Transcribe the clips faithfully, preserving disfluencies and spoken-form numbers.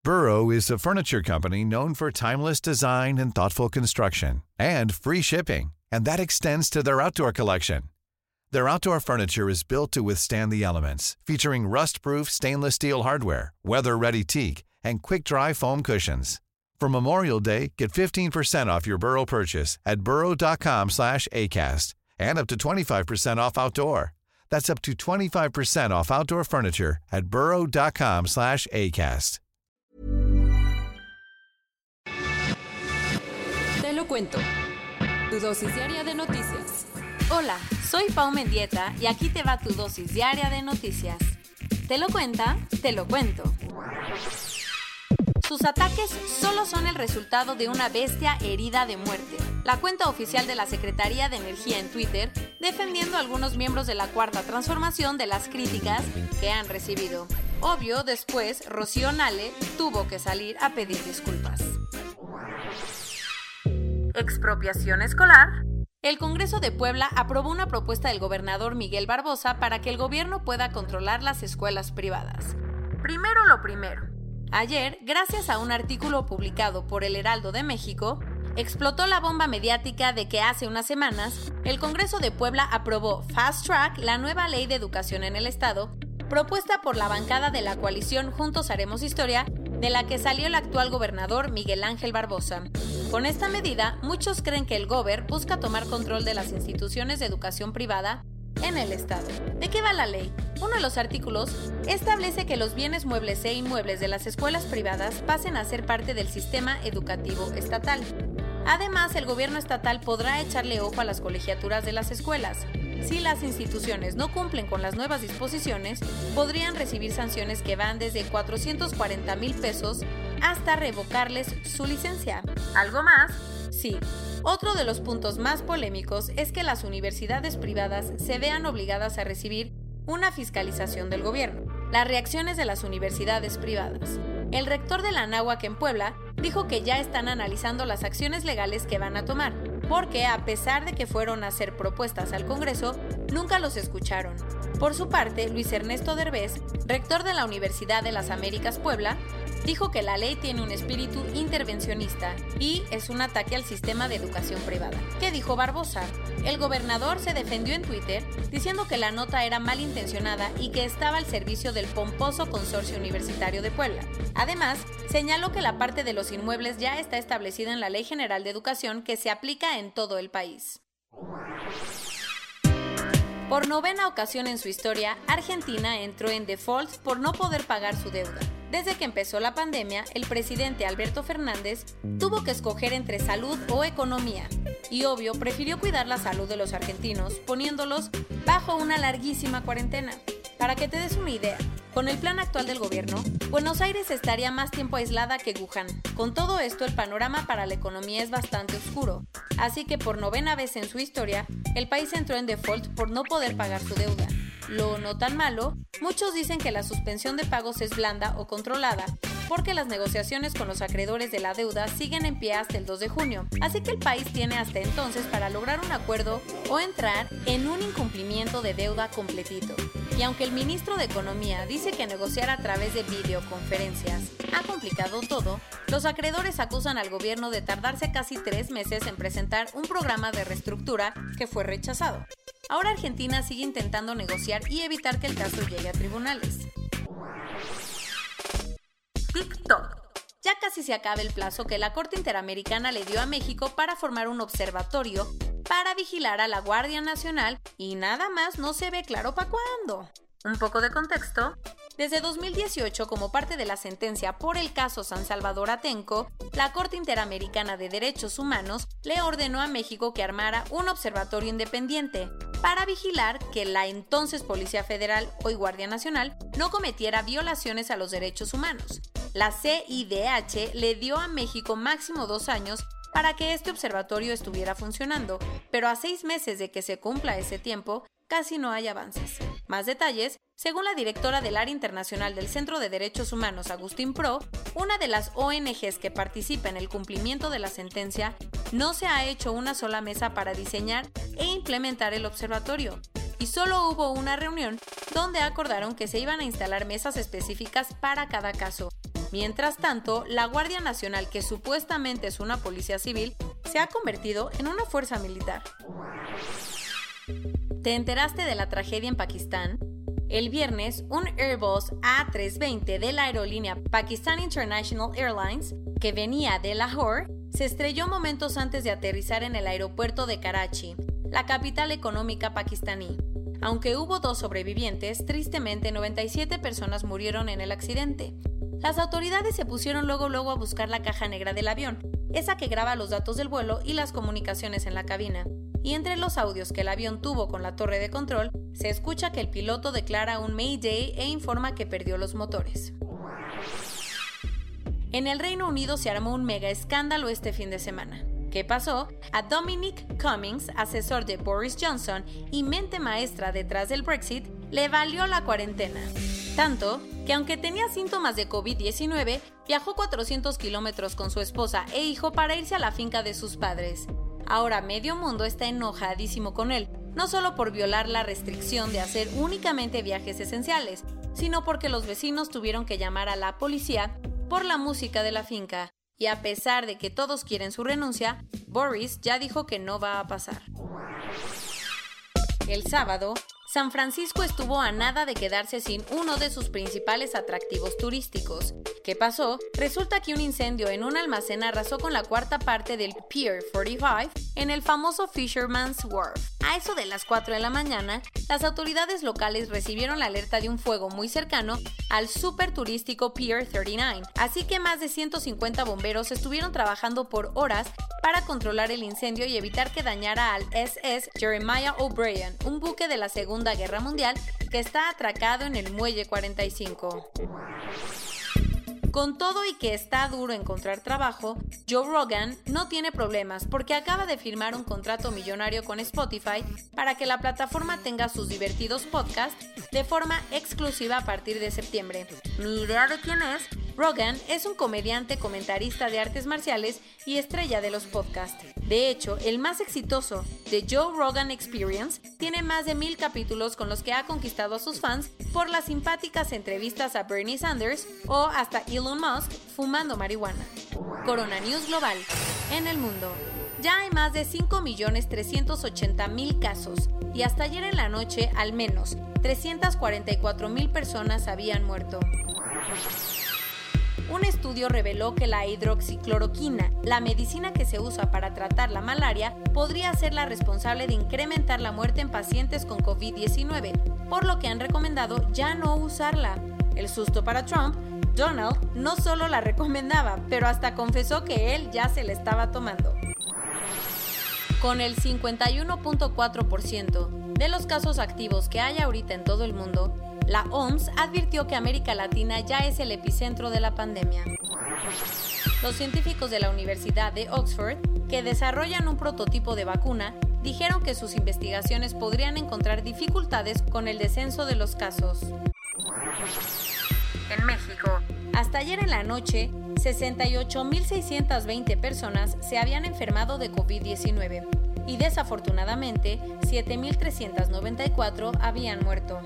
Burrow is a furniture company known for timeless design and thoughtful construction, and free shipping, and that extends to their outdoor collection. Their outdoor furniture is built to withstand the elements, featuring rust-proof stainless steel hardware, weather-ready teak, and quick-dry foam cushions. For Memorial Day, get fifteen percent off your Burrow purchase at burrow.com slash ACAST and up to twenty-five percent off outdoor. That's up to twenty-five percent off outdoor furniture at burrow.com slash ACAST. Te lo cuento. Tu dosis diaria de noticias. Hola, soy Pau Mendieta y aquí te va tu dosis diaria de noticias. ¿Te lo cuenta? Te lo cuento. Sus ataques solo son el resultado de una bestia herida de muerte. La cuenta oficial de la Secretaría de Energía en Twitter, defendiendo a algunos miembros de la Cuarta Transformación de las críticas que han recibido. Obvio, después, Rocío Nale tuvo que salir a pedir disculpas. Expropiación escolar. El Congreso de Puebla aprobó una propuesta del gobernador Miguel Barbosa para que el gobierno pueda controlar las escuelas privadas. Primero lo primero. Ayer, gracias a un artículo publicado por El Heraldo de México, explotó la bomba mediática de que hace unas semanas el Congreso de Puebla aprobó Fast Track, la nueva ley de educación en el estado, propuesta por la bancada de la coalición Juntos Haremos Historia, de la que salió el actual gobernador Miguel Ángel Barbosa. Con esta medida, muchos creen que el Gober busca tomar control de las instituciones de educación privada en el estado. ¿De qué va la ley? Uno de los artículos establece que los bienes muebles e inmuebles de las escuelas privadas pasen a ser parte del sistema educativo estatal. Además, el gobierno estatal podrá echarle ojo a las colegiaturas de las escuelas. Si las instituciones no cumplen con las nuevas disposiciones, podrían recibir sanciones que van desde cuatrocientos cuarenta mil pesos hasta revocarles su licencia. ¿Algo más? Sí. Otro de los puntos más polémicos es que las universidades privadas se vean obligadas a recibir una fiscalización del gobierno. Las reacciones de las universidades privadas. El rector de la Anáhuac en Puebla dijo que ya están analizando las acciones legales que van a tomar, porque a pesar de que fueron a hacer propuestas al Congreso, nunca los escucharon. Por su parte, Luis Ernesto Derbez, rector de la Universidad de las Américas Puebla, dijo que la ley tiene un espíritu intervencionista y es un ataque al sistema de educación privada. ¿Qué dijo Barbosa? El gobernador se defendió en Twitter diciendo que la nota era malintencionada y que estaba al servicio del pomposo Consorcio Universitario de Puebla. Además, señaló que la parte de los inmuebles ya está establecida en la Ley General de Educación que se aplica en todo el país. Por novena ocasión en su historia, Argentina entró en default por no poder pagar su deuda. Desde que empezó la pandemia, el presidente Alberto Fernández tuvo que escoger entre salud o economía, y obvio prefirió cuidar la salud de los argentinos, poniéndolos bajo una larguísima cuarentena. Para que te des una idea, con el plan actual del gobierno, Buenos Aires estaría más tiempo aislada que Wuhan. Con todo esto, el panorama para la economía es bastante oscuro. Así que por novena vez en su historia, el país entró en default por no poder pagar su deuda. Lo no tan malo, muchos dicen que la suspensión de pagos es blanda o controlada, porque las negociaciones con los acreedores de la deuda siguen en pie hasta el dos de junio, así que el país tiene hasta entonces para lograr un acuerdo o entrar en un incumplimiento de deuda completito. Y aunque el ministro de Economía dice que negociar a través de videoconferencias ha complicado todo, los acreedores acusan al gobierno de tardarse casi tres meses en presentar un programa de reestructura que fue rechazado. Ahora Argentina sigue intentando negociar y evitar que el caso llegue a tribunales. TikTok. Ya casi se acaba el plazo que la Corte Interamericana le dio a México para formar un observatorio para vigilar a la Guardia Nacional y nada más no se ve claro para cuándo. Un poco de contexto. Desde dos mil dieciocho, como parte de la sentencia por el caso San Salvador Atenco, la Corte Interamericana de Derechos Humanos le ordenó a México que armara un observatorio independiente para vigilar que la entonces Policía Federal, hoy Guardia Nacional, no cometiera violaciones a los derechos humanos. La C I D H le dio a México máximo dos años para que este observatorio estuviera funcionando, pero a seis meses de que se cumpla ese tiempo, casi no hay avances. Más detalles, según la directora del área internacional del Centro de Derechos Humanos, Agustín Pro, una de las O N Ges que participa en el cumplimiento de la sentencia, no se ha hecho una sola mesa para diseñar e implementar el observatorio. Y solo hubo una reunión donde acordaron que se iban a instalar mesas específicas para cada caso, Mientras tanto, la Guardia Nacional, que supuestamente es una policía civil, se ha convertido en una fuerza militar. ¿Te enteraste de la tragedia en Pakistán? El viernes, un Airbus A trescientos veinte de la aerolínea Pakistan International Airlines, que venía de Lahore, se estrelló momentos antes de aterrizar en el aeropuerto de Karachi, la capital económica pakistaní. Aunque hubo dos sobrevivientes, tristemente noventa y siete personas murieron en el accidente. Las autoridades se pusieron luego luego a buscar la caja negra del avión, esa que graba los datos del vuelo y las comunicaciones en la cabina. Y entre los audios que el avión tuvo con la torre de control, se escucha que el piloto declara un Mayday e informa que perdió los motores. En el Reino Unido se armó un mega escándalo este fin de semana. ¿Qué pasó? A Dominic Cummings, asesor de Boris Johnson y mente maestra detrás del Brexit, le valió la cuarentena. Tanto que aunque tenía síntomas de covid diecinueve, viajó cuatrocientos kilómetros con su esposa e hijo para irse a la finca de sus padres. Ahora medio mundo está enojadísimo con él, no solo por violar la restricción de hacer únicamente viajes esenciales, sino porque los vecinos tuvieron que llamar a la policía por la música de la finca. Y a pesar de que todos quieren su renuncia, Boris ya dijo que no va a pasar. El sábado, San Francisco estuvo a nada de quedarse sin uno de sus principales atractivos turísticos. ¿Qué pasó? Resulta que un incendio en un almacén arrasó con la cuarta parte del Pier cuarenta y cinco en el famoso Fisherman's Wharf. A eso de las cuatro de la mañana, las autoridades locales recibieron la alerta de un fuego muy cercano al súper turístico Pier treinta y nueve, así que más de ciento cincuenta bomberos estuvieron trabajando por horas para controlar el incendio y evitar que dañara al S S Jeremiah O'Brien, un buque de la Segunda Guerra Mundial que está atracado en el Muelle cuarenta y cinco. Con todo y que está duro encontrar trabajo, Joe Rogan no tiene problemas porque acaba de firmar un contrato millonario con Spotify para que la plataforma tenga sus divertidos podcasts de forma exclusiva a partir de septiembre. Ni idea de quién es. Rogan es un comediante, comentarista de artes marciales y estrella de los podcasts. De hecho, el más exitoso, The Joe Rogan Experience, tiene más de mil capítulos con los que ha conquistado a sus fans por las simpáticas entrevistas a Bernie Sanders o hasta Elon Musk fumando marihuana. Corona News Global. En el mundo, ya hay más de cinco millones trescientos ochenta mil casos y hasta ayer en la noche al menos trescientas cuarenta y cuatro mil personas habían muerto. Un estudio reveló que la hidroxicloroquina, la medicina que se usa para tratar la malaria, podría ser la responsable de incrementar la muerte en pacientes con covid diecinueve, por lo que han recomendado ya no usarla. El susto para Trump, Donald no solo la recomendaba, pero hasta confesó que él ya se la estaba tomando. Con el cincuenta y uno punto cuatro por ciento de los casos activos que hay ahorita en todo el mundo, la O M S advirtió que América Latina ya es el epicentro de la pandemia. Los científicos de la Universidad de Oxford, que desarrollan un prototipo de vacuna, dijeron que sus investigaciones podrían encontrar dificultades con el descenso de los casos. En México, hasta ayer en la noche, sesenta y ocho mil seiscientas veinte personas se habían enfermado de covid diecinueve y desafortunadamente siete mil trescientos noventa y cuatro habían muerto.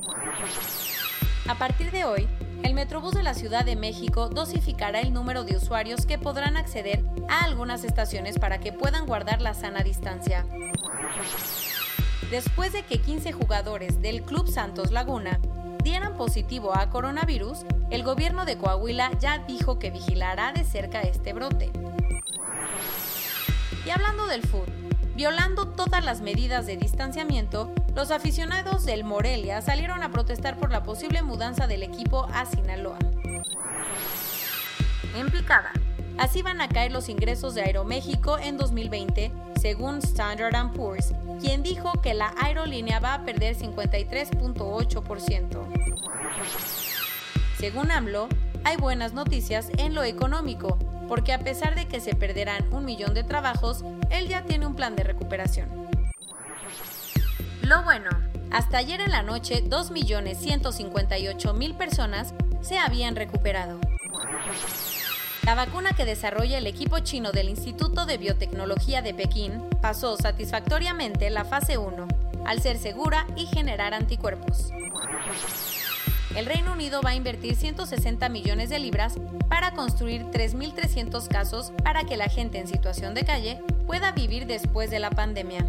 A partir de hoy, el Metrobús de la Ciudad de México dosificará el número de usuarios que podrán acceder a algunas estaciones para que puedan guardar la sana distancia. Después de que quince jugadores del Club Santos Laguna dieran positivo a coronavirus, el gobierno de Coahuila ya dijo que vigilará de cerca este brote. Y hablando del fútbol, violando todas las medidas de distanciamiento, los aficionados del Morelia salieron a protestar por la posible mudanza del equipo a Sinaloa. En picada. Así van a caer los ingresos de Aeroméxico en dos mil veinte, según Standard and Poor's, quien dijo que la aerolínea va a perder cincuenta y tres punto ocho por ciento. Según AMLO, hay buenas noticias en lo económico, porque a pesar de que se perderán un millón de trabajos, él ya tiene un plan de recuperación. Lo bueno, hasta ayer en la noche dos millones ciento cincuenta y ocho mil personas se habían recuperado. La vacuna que desarrolla el equipo chino del Instituto de Biotecnología de Pekín pasó satisfactoriamente la fase uno, al ser segura y generar anticuerpos. El Reino Unido va a invertir ciento sesenta millones de libras para construir tres mil trescientos casos para que la gente en situación de calle pueda vivir después de la pandemia.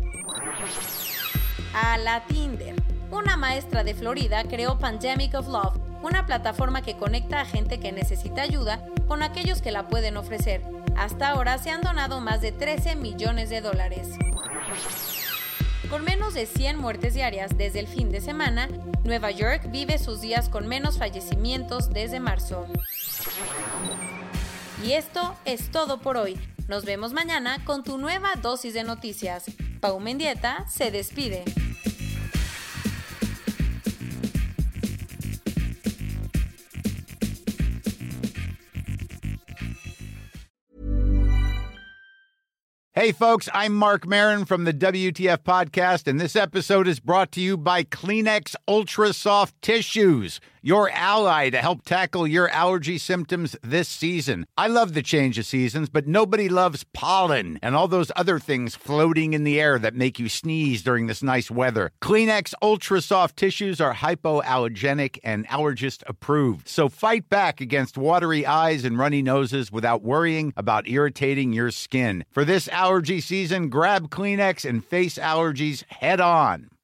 A la Tinder. Una maestra de Florida creó Pandemic of Love, una plataforma que conecta a gente que necesita ayuda con aquellos que la pueden ofrecer. Hasta ahora se han donado más de trece millones de dólares. Con menos de cien muertes diarias desde el fin de semana, Nueva York vive sus días con menos fallecimientos desde marzo. Y esto es todo por hoy. Nos vemos mañana con tu nueva dosis de noticias. Pau Mendieta se despide. Hey, folks, I'm Mark Maron from the W T F Podcast, and this episode is brought to you by Kleenex Ultra Soft Tissues, your ally to help tackle your allergy symptoms this season. I love the change of seasons, but nobody loves pollen and all those other things floating in the air that make you sneeze during this nice weather. Kleenex Ultra Soft Tissues are hypoallergenic and allergist approved, so fight back against watery eyes and runny noses without worrying about irritating your skin. For this allergy season, grab Kleenex and face allergies head on.